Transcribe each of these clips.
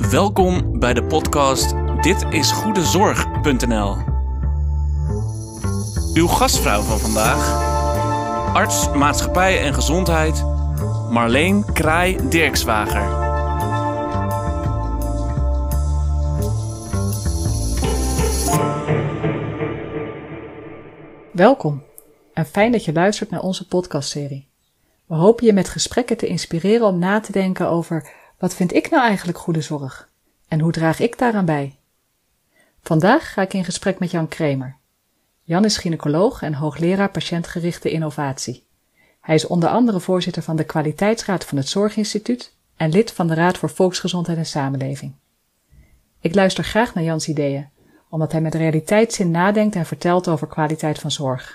Welkom bij de podcast Ditisgoedezorg.nl. Uw gastvrouw van vandaag, arts maatschappij en gezondheid, Marleen Kraai-Dirkswager. Welkom en fijn dat je luistert naar onze podcastserie. We hopen je met gesprekken te inspireren om na te denken over: wat vind ik nou eigenlijk goede zorg? En hoe draag ik daaraan bij? Vandaag ga ik in gesprek met Jan Kremer. Jan is gynaecoloog en hoogleraar patiëntgerichte innovatie. Hij is onder andere voorzitter van de Kwaliteitsraad van het Zorginstituut en lid van de Raad voor Volksgezondheid en Samenleving. Ik luister graag naar Jans ideeën, omdat hij met realiteitszin nadenkt en vertelt over kwaliteit van zorg.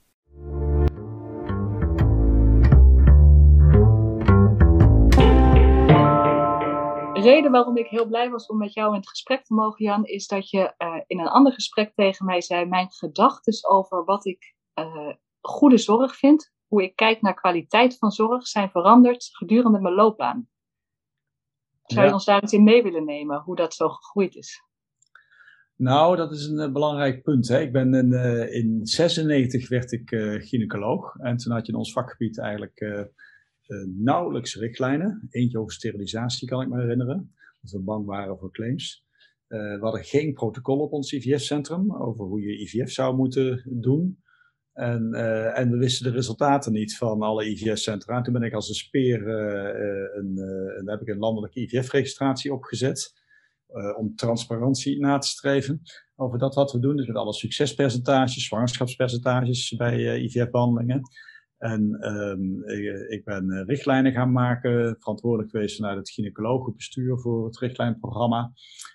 De reden waarom ik heel blij was om met jou in het gesprek te mogen, Jan, is dat je in een ander gesprek tegen mij zei: mijn gedachten over wat ik goede zorg vind, hoe ik kijk naar kwaliteit van zorg, zijn veranderd gedurende mijn loopbaan. Zou je ons daar eens in mee willen nemen, hoe dat zo gegroeid is? Nou, dat is een belangrijk punt. Hè. Ik ben in 1996 werd ik gynaecoloog. En toen had je in ons vakgebied eigenlijk nauwelijks richtlijnen. Eentje over sterilisatie, kan ik me herinneren. Dat we bang waren voor claims. We hadden geen protocol op ons IVF-centrum over hoe je IVF zou moeten doen. En we wisten de resultaten niet van alle IVF-centra. En toen ben ik als een speer, heb ik een landelijke IVF-registratie opgezet. Om transparantie na te streven over dat wat we doen. Dus met alle succespercentages, zwangerschapspercentages bij IVF-behandelingen. En ik ben richtlijnen gaan maken, verantwoordelijk geweest vanuit het gynaecologenbestuur voor het richtlijnprogramma.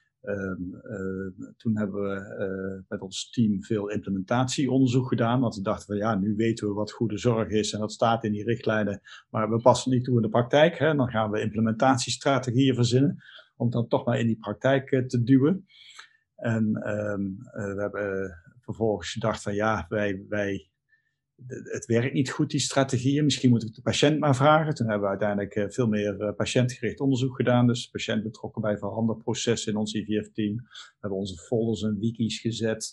Toen hebben we met ons team veel implementatieonderzoek gedaan. Want we dachten van ja, nu weten we wat goede zorg is en dat staat in die richtlijnen. Maar we passen het niet toe in de praktijk. Hè? Dan gaan we implementatiestrategieën verzinnen om dat toch maar in die praktijk te duwen. En we hebben vervolgens gedacht van ja, het werkt niet goed, die strategieën. Misschien moeten we de patiënt maar vragen. Toen hebben we uiteindelijk veel meer patiëntgericht onderzoek gedaan. Dus de patiënt betrokken bij veranderprocessen in ons IVF-team. We hebben onze folders en wikis gezet,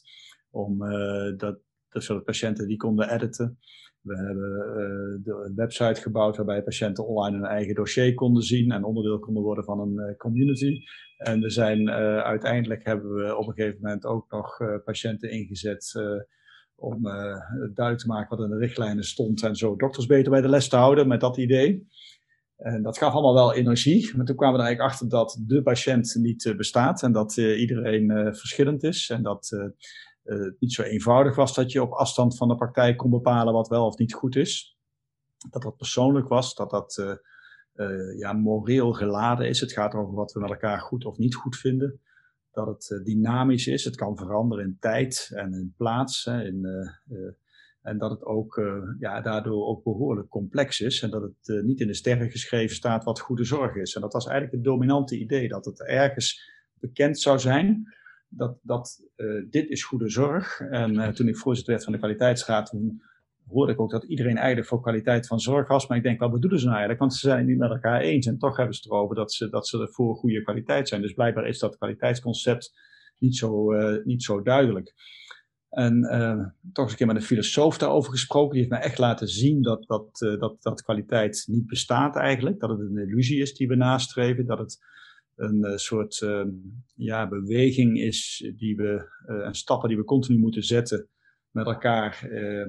zodat patiënten die konden editen. We hebben een website gebouwd waarbij patiënten online hun eigen dossier konden zien en onderdeel konden worden van een community. En we zijn uiteindelijk hebben we op een gegeven moment ook nog patiënten ingezet om duidelijk te maken wat in de richtlijnen stond en zo dokters beter bij de les te houden met dat idee. En dat gaf allemaal wel energie, maar toen kwamen we er eigenlijk achter dat de patiënt niet bestaat en dat iedereen verschillend is en dat het niet zo eenvoudig was dat je op afstand van de praktijk kon bepalen wat wel of niet goed is. Dat persoonlijk was, dat moreel geladen is. Het gaat over wat we met elkaar goed of niet goed vinden. Dat het dynamisch is, het kan veranderen in tijd en in plaats. En dat het ook daardoor ook behoorlijk complex is. En dat het niet in de sterren geschreven staat wat goede zorg is. En dat was eigenlijk het dominante idee, dat het ergens bekend zou zijn. Dit is goede zorg. En toen ik voorzitter werd van de kwaliteitsraad, toen hoorde ik ook dat iedereen eigenlijk voor kwaliteit van zorg was. Maar ik denk, wat bedoelen ze nou eigenlijk? Want ze zijn het niet met elkaar eens. En toch hebben ze het erover dat ze er voor goede kwaliteit zijn. Dus blijkbaar is dat kwaliteitsconcept niet zo duidelijk. En toch eens een keer met een filosoof daarover gesproken. Die heeft mij echt laten zien dat kwaliteit niet bestaat eigenlijk. Dat het een illusie is die we nastreven. Dat het een soort beweging is en stappen die we continu moeten zetten met elkaar.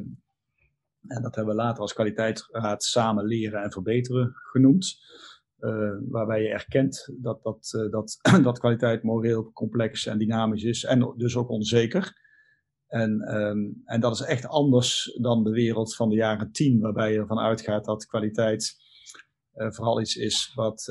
En dat hebben we later als kwaliteitsraad samen leren en verbeteren genoemd. Waarbij je erkent dat kwaliteit moreel complex en dynamisch is en dus ook onzeker. En dat is echt anders dan de wereld van de jaren 10, waarbij je ervan uitgaat dat kwaliteit vooral iets is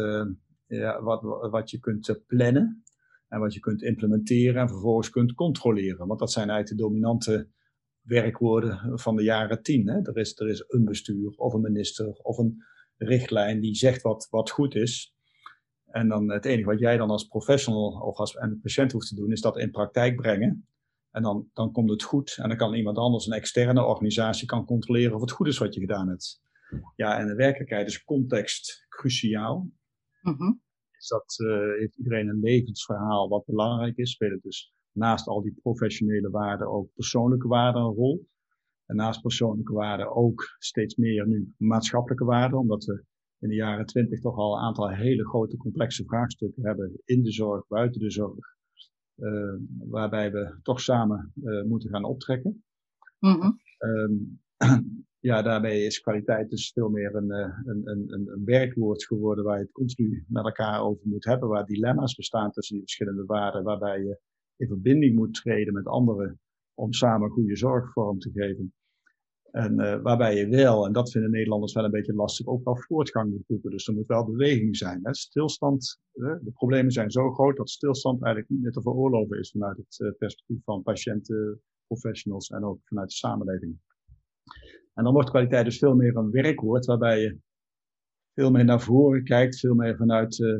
wat je kunt plannen en wat je kunt implementeren en vervolgens kunt controleren. Want dat zijn eigenlijk de dominante werkwoorden van de jaren 10. Hè? Er is een bestuur of een minister of een richtlijn die zegt wat goed is. En dan het enige wat jij dan als professional of als patiënt hoeft te doen, is dat in praktijk brengen. En dan komt het goed. En dan kan iemand anders, een externe organisatie, kan controleren of het goed is wat je gedaan hebt. Ja, en in de werkelijkheid is context cruciaal. Mm-hmm. heeft iedereen een levensverhaal wat belangrijk is. Spelen dus naast al die professionele waarden ook persoonlijke waarden een rol. En naast persoonlijke waarden ook steeds meer nu maatschappelijke waarden, omdat we in de jaren 20 toch al een aantal hele grote complexe vraagstukken hebben in de zorg, buiten de zorg, waarbij we toch samen moeten gaan optrekken. Mhm. Ja, daarmee is kwaliteit dus veel meer een werkwoord geworden waar je het continu met elkaar over moet hebben, waar dilemma's bestaan tussen die verschillende waarden, waarbij je in verbinding moet treden met anderen om samen goede zorg vorm te geven. En waarbij je wel, en dat vinden Nederlanders wel een beetje lastig, ook wel voortgang moet boeken. Dus er moet wel beweging zijn. Hè. Stilstand, de problemen zijn zo groot dat stilstand eigenlijk niet meer te veroorloven is vanuit het perspectief van patiënten, professionals en ook vanuit de samenleving. En dan wordt kwaliteit dus veel meer een werkwoord waarbij je veel meer naar voren kijkt, veel meer vanuit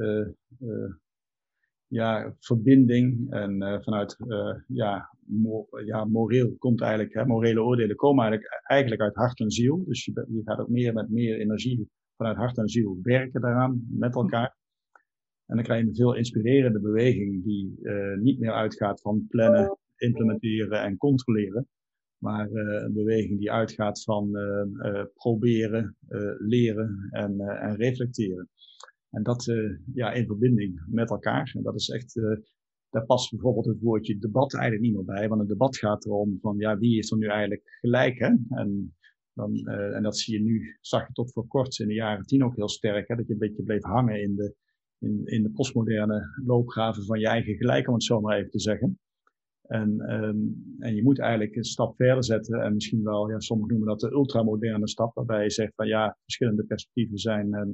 verbinding en vanuit moreel komt eigenlijk, morele oordelen komen eigenlijk uit hart en ziel. Dus je gaat ook met meer energie vanuit hart en ziel werken daaraan met elkaar. En dan krijg je een veel inspirerende beweging die niet meer uitgaat van plannen, implementeren en controleren. Maar een beweging die uitgaat van proberen, leren en reflecteren. En dat in verbinding met elkaar. En dat is echt, daar past bijvoorbeeld het woordje debat eigenlijk niet meer bij. Want een debat gaat erom van, wie is er nu eigenlijk gelijk, hè? En dat zag je tot voor kort in de jaren 10 ook heel sterk, hè? Dat je een beetje bleef hangen in de postmoderne loopgraven van je eigen gelijk, om het zo maar even te zeggen. En je moet eigenlijk een stap verder zetten en misschien wel, sommigen noemen dat de ultramoderne stap, waarbij je zegt van verschillende perspectieven zijn.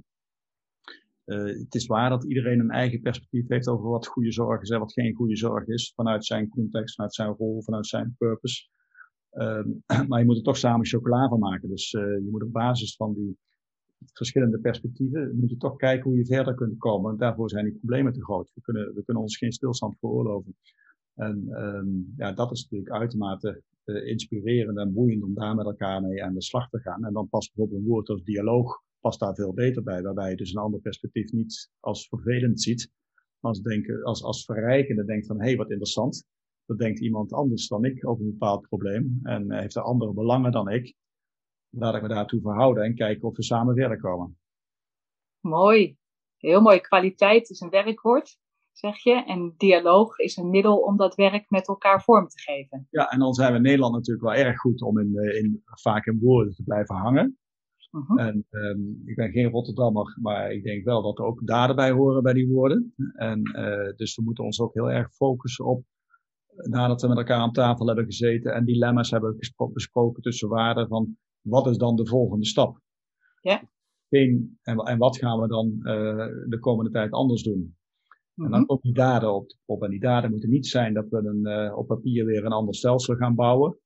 Het is waar dat iedereen een eigen perspectief heeft over wat goede zorg is en wat geen goede zorg is, vanuit zijn context, vanuit zijn rol, vanuit zijn purpose. Maar je moet er toch samen chocola van maken. Dus je moet op basis van die verschillende perspectieven, moet je toch kijken hoe je verder kunt komen. En daarvoor zijn die problemen te groot. We kunnen ons geen stilstand veroorloven. En dat is natuurlijk uitermate inspirerend en boeiend om daar met elkaar mee aan de slag te gaan. En dan past bijvoorbeeld een woord als dialoog past daar veel beter bij, waarbij je dus een ander perspectief niet als vervelend ziet, maar als verrijkende denkt van, wat interessant, dat denkt iemand anders dan ik over een bepaald probleem en heeft er andere belangen dan ik. Laat ik me daartoe verhouden en kijken of we samen verder komen. Mooi, heel mooi. Kwaliteit is een werkwoord, zeg je, en dialoog is een middel om dat werk met elkaar vorm te geven. Ja, en dan zijn we in Nederland natuurlijk wel erg goed om vaak in woorden te blijven hangen. Uh-huh. En ik ben geen Rotterdammer, maar ik denk wel dat er ook daden bij horen bij die woorden. En dus we moeten ons ook heel erg focussen op, nadat we met elkaar aan tafel hebben gezeten en dilemma's hebben besproken tussen waarden, van wat is dan de volgende stap? Ja. En wat gaan we dan de komende tijd anders doen? Uh-huh. En dan komen die daden op. En die daden moeten niet zijn dat we op papier weer een ander stelsel gaan bouwen.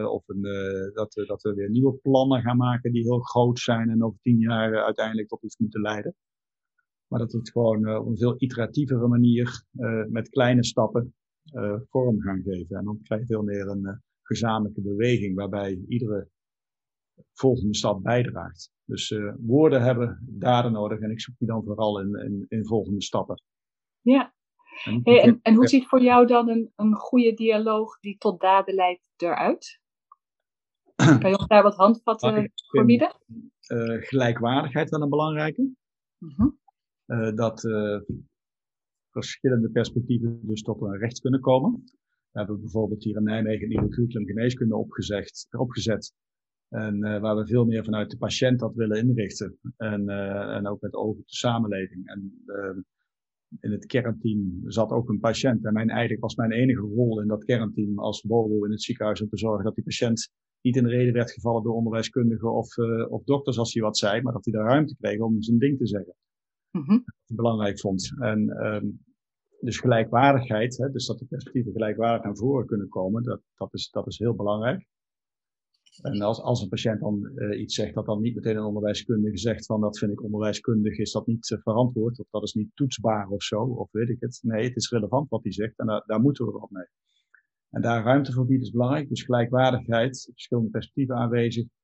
Dat we weer nieuwe plannen gaan maken die heel groot zijn en over 10 jaar uiteindelijk tot iets moeten leiden. Maar dat we het gewoon op een veel iteratievere manier met kleine stappen vorm gaan geven. En dan krijg je veel meer een gezamenlijke beweging waarbij iedere volgende stap bijdraagt. Dus woorden hebben daden nodig en ik zoek die dan vooral in volgende stappen. Ja. En hoe ziet voor jou dan een goede dialoog die tot daden leidt eruit? Kan je ons daar wat handvatten voor bieden? Gelijkwaardigheid wel een belangrijke. Uh-huh. Dat verschillende perspectieven dus tot een recht kunnen komen. We hebben bijvoorbeeld hier in Nijmegen een nieuwe curriculum geneeskunde opgezet. En waar we veel meer vanuit de patiënt dat willen inrichten. En ook met oog op de samenleving. En in het kernteam zat ook een patiënt. En eigenlijk was mijn enige rol in dat kernteam als BOBO in het ziekenhuis om te zorgen dat die patiënt niet in de reden werd gevallen door onderwijskundigen of dokters als hij wat zei, maar dat hij daar ruimte kreeg om zijn ding te zeggen. Uh-huh. Dat hij belangrijk vond. En dus gelijkwaardigheid, dus dat de perspectieven gelijkwaardig naar voren kunnen komen, dat is heel belangrijk. En als een patiënt dan iets zegt, dat dan niet meteen een onderwijskundige zegt van dat vind ik onderwijskundig, is dat niet verantwoord, of dat is niet toetsbaar of zo, of weet ik het. Nee, het is relevant wat hij zegt en daar moeten we wat mee. En daar ruimte voor bieden is belangrijk, dus gelijkwaardigheid, verschillende perspectieven aanwezig.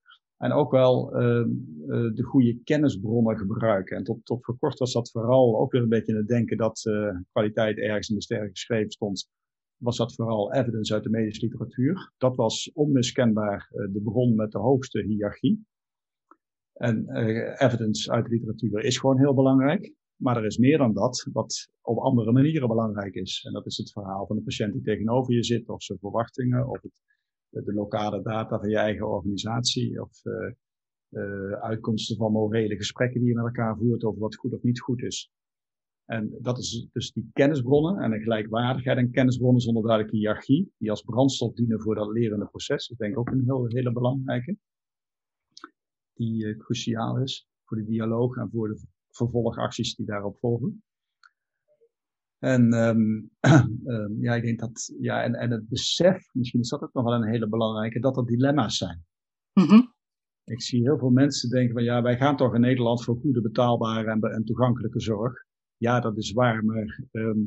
En ook wel de goede kennisbronnen gebruiken. En tot voor kort was dat vooral ook weer een beetje in het denken dat kwaliteit ergens in de sterren geschreven stond. Was dat vooral evidence uit de medische literatuur. Dat was onmiskenbaar de bron met de hoogste hiërarchie. En evidence uit de literatuur is gewoon heel belangrijk. Maar er is meer dan dat, wat op andere manieren belangrijk is. En dat is het verhaal van de patiënt die tegenover je zit, of zijn verwachtingen, of de lokale data van je eigen organisatie, of uitkomsten van morele gesprekken die je met elkaar voert over wat goed of niet goed is. En dat is dus die kennisbronnen en een gelijkwaardigheid en kennisbronnen zonder duidelijke hiërarchie, die als brandstof dienen voor dat lerende proces. Dat is denk ik ook een hele belangrijke, die cruciaal is voor de dialoog en voor de vervolgacties die daarop volgen. En ja, ik denk dat, ja, en het besef, misschien is dat ook nog wel een hele belangrijke, dat er dilemma's zijn. Mm-hmm. Ik zie heel veel mensen denken van, ja, wij gaan toch in Nederland voor goede, betaalbare en toegankelijke zorg. Ja, dat is waar, maar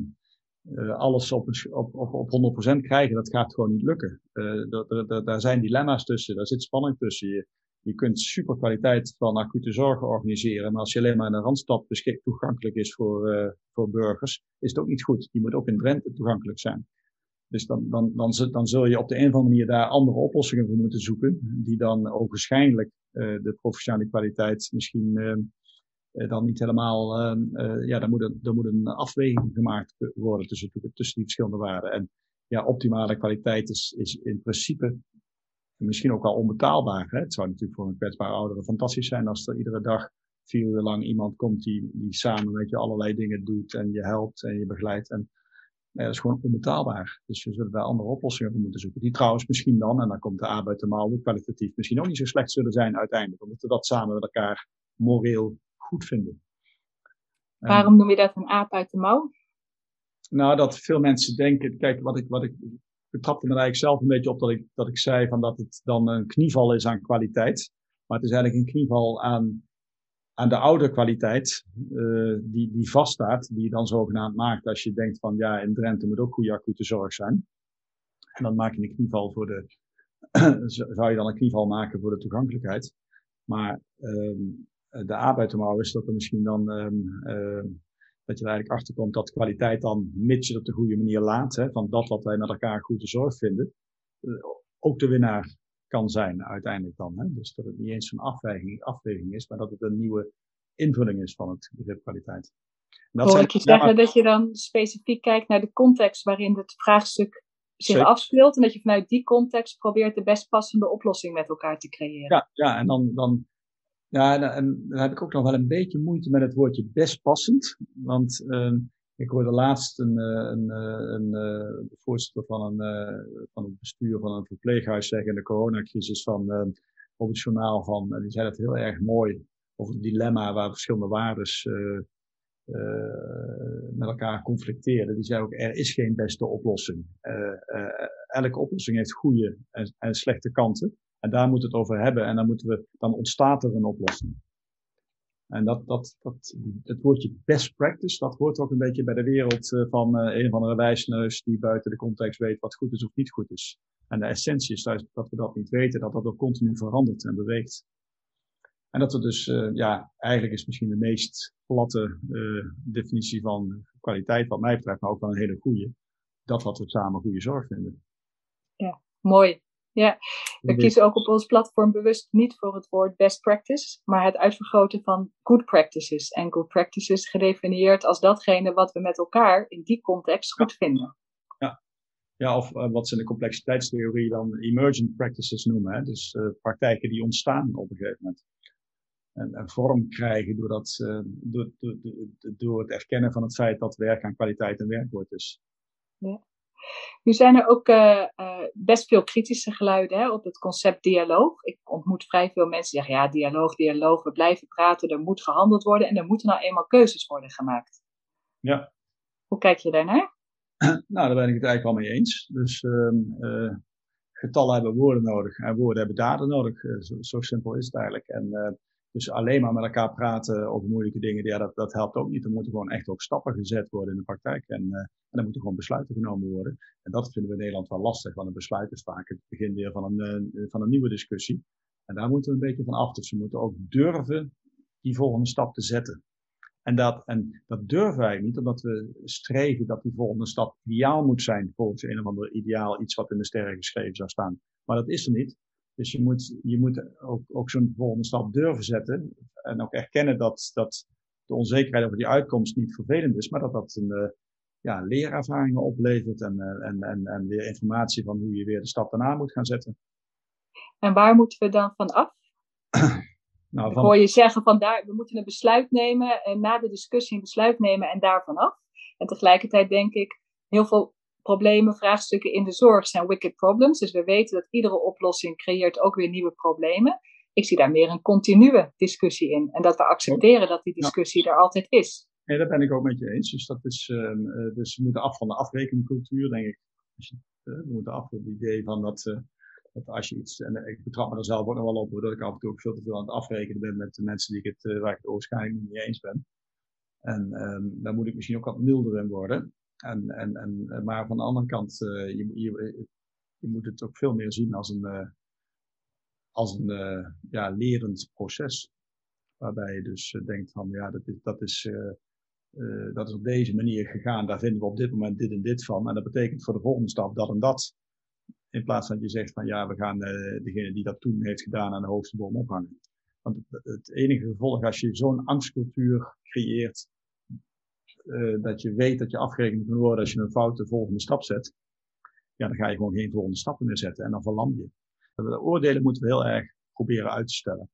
alles op 100% krijgen, dat gaat gewoon niet lukken. Daar zijn dilemma's tussen, daar zit spanning tussen. Je kunt super kwaliteit van acute zorg organiseren, maar als je alleen maar in een randstad toegankelijk is voor burgers, is het ook niet goed. Die moet ook in Drenthe toegankelijk zijn. Dus dan zul je op de een of andere manier daar andere oplossingen voor moeten zoeken, die dan ogenschijnlijk de professionele kwaliteit misschien dan niet helemaal, ja, dan moet een afweging gemaakt worden tussen die verschillende waarden. En ja, optimale kwaliteit is in principe misschien ook wel onbetaalbaar. Hè? Het zou natuurlijk voor een kwetsbare ouderen fantastisch zijn als er iedere dag 4 uur lang iemand komt die samen met je allerlei dingen doet en je helpt en je begeleidt. En dat is gewoon onbetaalbaar. Dus we zullen daar andere oplossingen voor moeten zoeken. Die trouwens misschien dan, en dan komt de A uit de mouw, kwalitatief misschien ook niet zo slecht zullen zijn uiteindelijk. Omdat we dat samen met elkaar moreel goed vinden. Waarom noem je dat een aap uit de mouw? Nou, dat veel mensen denken, kijk, wat ik betrapte me er eigenlijk zelf een beetje op dat ik zei van dat het dan een knieval is aan kwaliteit. Maar het is eigenlijk een knieval aan de oude kwaliteit die vaststaat, die je dan zogenaamd maakt als je denkt van ja, in Drenthe moet ook goede acute zorg zijn. En dan maak je een knieval zou je dan een knieval maken voor de toegankelijkheid. Maar de A uit de mouw is dat er misschien dan dat je er eigenlijk achterkomt dat kwaliteit dan, mits je het op de goede manier laat, hè, van dat wat wij met elkaar goede zorg vinden, ook de winnaar kan zijn uiteindelijk dan. Hè. Dus dat het niet eens een afweging is, maar dat het een nieuwe invulling is van het begrip kwaliteit. Hoor ik je zeggen dat je dan specifiek kijkt naar de context waarin het vraagstuk zich afspeelt en dat je vanuit die context probeert de best passende oplossing met elkaar te creëren. Ja, en dan heb ik ook nog wel een beetje moeite met het woordje best passend. Want ik hoorde laatst een voorzitter van het bestuur van een verpleeghuis zeggen in de coronacrisis op het journaal van, die zei dat heel erg mooi over het dilemma waar verschillende waardes met elkaar conflicteren. Die zei ook, er is geen beste oplossing. Elke oplossing heeft goede en slechte kanten. En daar moeten we het over hebben. En dan ontstaat er een oplossing. En het woordje best practice, dat hoort ook een beetje bij de wereld van een of andere wijsneus die buiten de context weet wat goed is of niet goed is. En de essentie is dat we dat niet weten, dat ook continu verandert en beweegt. En dat we dus, eigenlijk is misschien de meest platte definitie van kwaliteit, wat mij betreft, maar ook wel een hele goede. Dat wat we samen goede zorg vinden. Ja, mooi. Ja, we kiezen ook op ons platform bewust niet voor het woord best practice, maar het uitvergroten van good practices. En good practices gedefinieerd als datgene wat we met elkaar in die context goed vinden. Ja, of wat ze in de complexiteitstheorie dan emergent practices noemen. Hè? Dus praktijken die ontstaan op een gegeven moment. En vorm krijgen door het erkennen van het feit dat werk aan kwaliteit een werkwoord is. Ja. Nu zijn er ook best veel kritische geluiden op het concept dialoog. Ik ontmoet vrij veel mensen die zeggen, ja, dialoog, we blijven praten, er moet gehandeld worden en er moeten nou eenmaal keuzes worden gemaakt. Ja. Hoe kijk je daarnaar? Nou, daar ben ik het eigenlijk wel mee eens. Dus getallen hebben woorden nodig en woorden hebben daden nodig. Zo simpel is het eigenlijk. En dus alleen maar met elkaar praten over moeilijke dingen, ja, dat helpt ook niet. Er moeten gewoon echt ook stappen gezet worden in de praktijk. En er moeten gewoon besluiten genomen worden. En dat vinden we in Nederland wel lastig, want een besluit is vaak het begin weer van een nieuwe discussie. En daar moeten we een beetje van af. Dus we moeten ook durven die volgende stap te zetten. En dat durven wij niet, omdat we streven dat die volgende stap ideaal moet zijn. Volgens een of ander ideaal, iets wat in de sterren geschreven zou staan. Maar dat is er niet. Dus je moet ook zo'n volgende stap durven zetten. En ook erkennen dat de onzekerheid over die uitkomst niet vervelend is. Maar dat leerervaringen oplevert. En weer informatie van hoe je weer de stap daarna moet gaan zetten. En waar moeten we dan van af? Nou, Ik hoor je zeggen we moeten een besluit nemen en na de discussie een besluit nemen en daarvan af. En tegelijkertijd denk ik, heel veel problemen, vraagstukken in de zorg zijn wicked problems. Dus we weten dat iedere oplossing creëert ook weer nieuwe problemen. Ik zie daar meer een continue discussie in. En dat we accepteren dat die discussie er altijd is. Nee, daar ben ik ook met je eens. Dus dat is, dus we moeten af van de afrekencultuur, denk ik. We moeten af van het idee van dat als je iets, en ik betrap me er zelf ook nog wel op, dat ik af en toe ook veel te veel aan het afrekenen ben met de mensen waar ik het waarschijnlijk niet mee eens ben. En daar moet ik misschien ook wat milder in worden. Maar van de andere kant, je moet het ook veel meer zien als een lerend proces. Waarbij je dus denkt van, ja, dat is op deze manier gegaan. Daar vinden we op dit moment dit en dit van. En dat betekent voor de volgende stap dat en dat. In plaats van dat je zegt van, ja, we gaan degene die dat toen heeft gedaan aan de hoogste boom ophangen. Want het enige gevolg als je zo'n angstcultuur creëert, dat je weet dat je afgerekend moet worden als je een foute volgende stap zet, ja, dan ga je gewoon geen volgende stappen meer zetten en dan verlam je. De oordelen moeten we heel erg proberen uit te stellen.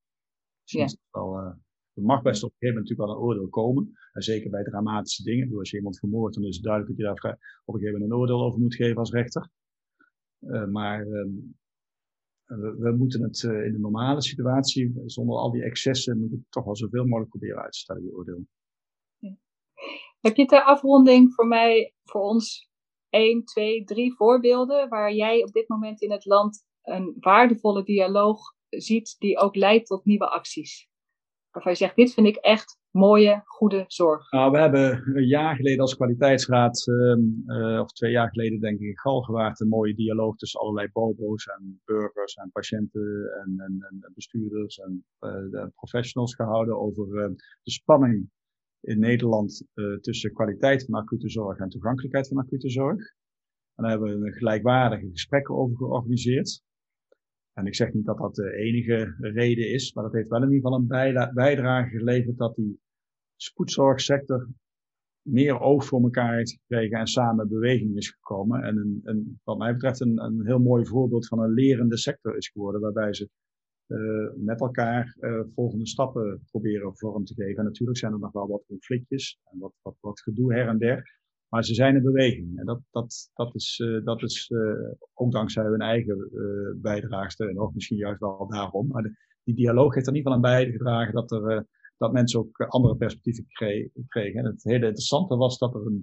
Er mag best op een gegeven moment natuurlijk wel een oordeel komen. En zeker bij dramatische dingen. Als je iemand vermoordt, dan is het duidelijk dat je daar op een gegeven moment een oordeel over moet geven als rechter. Maar we moeten het in de normale situatie, zonder al die excessen, moet het toch wel zoveel mogelijk proberen uit te stellen, je oordeel. Ja. Heb je ter afronding voor ons 1, 2, 3 voorbeelden waar jij op dit moment in het land een waardevolle dialoog ziet die ook leidt tot nieuwe acties? Waarvan je zegt, dit vind ik echt mooie, goede zorg. Nou, we hebben een jaar geleden als kwaliteitsraad, of 2 jaar geleden denk ik in Galgenwaard, een mooie dialoog tussen allerlei bobo's en burgers en patiënten en bestuurders en professionals gehouden over de spanning in Nederland tussen kwaliteit van acute zorg en toegankelijkheid van acute zorg. En daar hebben we gelijkwaardige gesprekken over georganiseerd. En ik zeg niet dat dat de enige reden is, maar dat heeft wel in ieder geval een bijdrage geleverd dat die spoedzorgsector meer oog voor elkaar heeft gekregen en samen beweging is gekomen. En wat mij betreft een heel mooi voorbeeld van een lerende sector is geworden, waarbij ze met elkaar volgende stappen proberen vorm te geven. En natuurlijk zijn er nog wel wat conflictjes en wat gedoe her en der. Maar ze zijn in beweging. En dat is ook dankzij hun eigen bijdraagster. En ook misschien juist wel daarom. Maar die dialoog heeft er in ieder geval aan bijgedragen dat mensen ook andere perspectieven kregen. En het hele interessante was dat er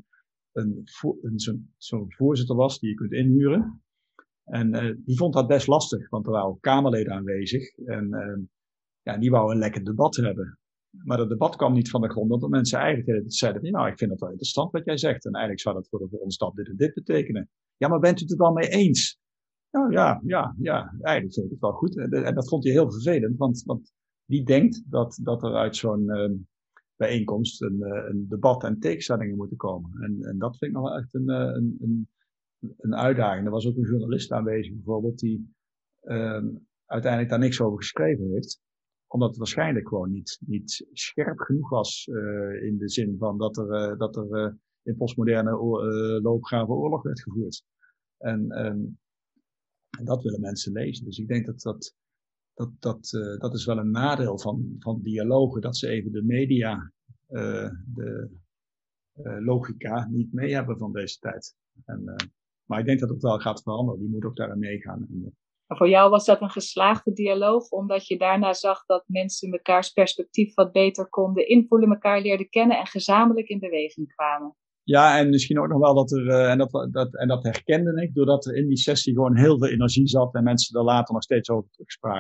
zo'n voorzitter was die je kunt inhuren. En die vond dat best lastig, want er waren ook Kamerleden aanwezig. En die wou een lekker debat hebben. Maar dat debat kwam niet van de grond, omdat mensen eigenlijk zeiden, nou, ik vind het wel interessant wat jij zegt. En eigenlijk zou dat voor de volgende stap dit en dit betekenen. Ja, maar bent u het er dan mee eens? Nou ja, eigenlijk vind ik het wel goed. En dat vond hij heel vervelend, want die denkt dat er uit zo'n bijeenkomst een debat en tegenstellingen moeten komen. En dat vind ik nog wel echt een uitdaging. Er was ook een journalist aanwezig bijvoorbeeld, die uiteindelijk daar niks over geschreven heeft. Omdat het waarschijnlijk gewoon niet scherp genoeg was in de zin van dat er in postmoderne loopgraven oorlog werd gevoerd. En dat willen mensen lezen. Dus ik denk dat is wel een nadeel van dialogen, dat ze even de media, de logica niet mee hebben van deze tijd. Maar ik denk dat het wel gaat veranderen. Die moet ook daarin meegaan. Maar voor jou was dat een geslaagde dialoog, omdat je daarna zag dat mensen mekaars perspectief wat beter konden invoelen, elkaar leerden kennen en gezamenlijk in beweging kwamen. Ja, en misschien ook nog wel dat er, en dat herkende ik, doordat er in die sessie gewoon heel veel energie zat en mensen er later nog steeds over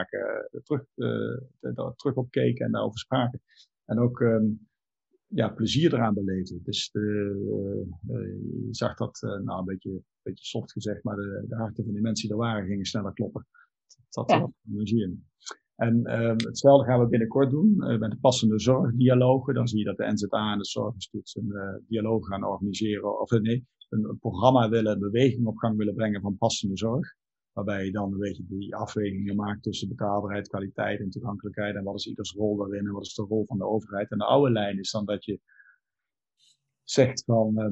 terug op keken en daarover spraken. En ook plezier eraan beleefden. Dus je zag dat, een beetje soft gezegd, maar de harten van die mensen die er waren gingen sneller kloppen. Het zat er wat energie in. En hetzelfde gaan we binnenkort doen met de passende zorgdialogen. Dan zie je dat de NZA en de Zorginstituut een dialoog gaan organiseren. Of een programma een beweging op gang willen brengen van passende zorg. Waarbij je dan een beetje die afwegingen maakt tussen betaalbaarheid, kwaliteit en toegankelijkheid. En wat is ieders rol daarin en wat is de rol van de overheid. En de oude lijn is dan dat je zegt van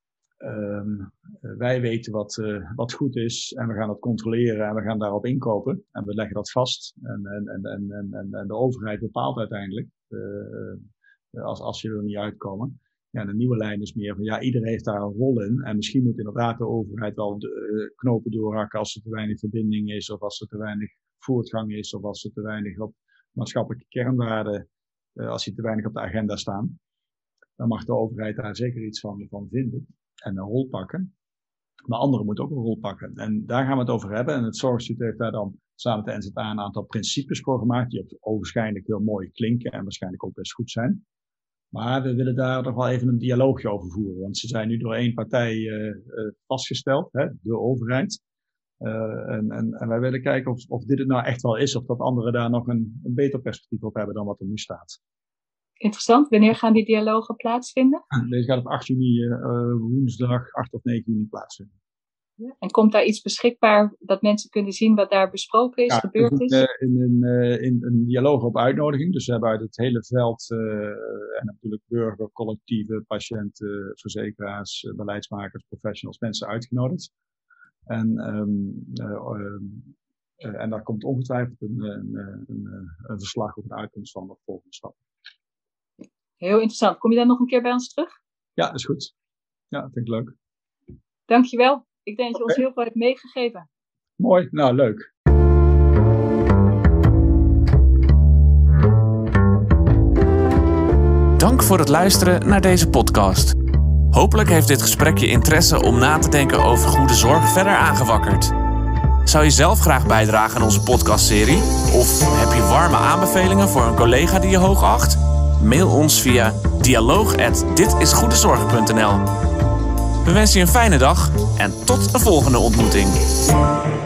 wij weten wat goed is en we gaan dat controleren en we gaan daarop inkopen. En we leggen dat vast. En de overheid bepaalt uiteindelijk als je er niet uitkomen. Ja, de nieuwe lijn is meer van iedereen heeft daar een rol in. En misschien moet inderdaad de overheid wel knopen doorhakken als er te weinig verbinding is, of als er te weinig voortgang is, of als er te weinig op maatschappelijke kernwaarden, als die te weinig op de agenda staan. Dan mag de overheid daar zeker iets van vinden en een rol pakken. Maar anderen moeten ook een rol pakken. En daar gaan we het over hebben. En het Zorginstituut heeft daar dan samen met de NZA een aantal principes voor gemaakt, die waarschijnlijk heel mooi klinken en waarschijnlijk ook best goed zijn. Maar we willen daar nog wel even een dialoogje over voeren. Want ze zijn nu door één partij vastgesteld, de overheid. En wij willen kijken of dit het nou echt wel is, of dat anderen daar nog een beter perspectief op hebben dan wat er nu staat. Interessant. Wanneer gaan die dialogen plaatsvinden? Deze gaat op 8 juni, woensdag 8 of 9 juni plaatsvinden. Ja. En komt daar iets beschikbaar dat mensen kunnen zien wat daar besproken is, gebeurd is? In een dialoog op uitnodiging. Dus we hebben uit het hele veld en natuurlijk burger, collectieven, patiënten, verzekeraars, beleidsmakers, professionals, mensen uitgenodigd. En daar komt ongetwijfeld een verslag of een uitkomst van de volgende stap. Heel interessant. Kom je dan nog een keer bij ons terug? Ja, dat is goed. Ja, dat vind ik leuk. Dankjewel. Ik denk dat je ons heel veel hebt meegegeven. Mooi, nou leuk. Dank voor het luisteren naar deze podcast. Hopelijk heeft dit gesprek je interesse om na te denken over goede zorg verder aangewakkerd. Zou je zelf graag bijdragen aan onze podcastserie? Of heb je warme aanbevelingen voor een collega die je hoog acht? Mail ons via dialoog@ditisgoedezorg.nl. We wensen je een fijne dag en tot een volgende ontmoeting.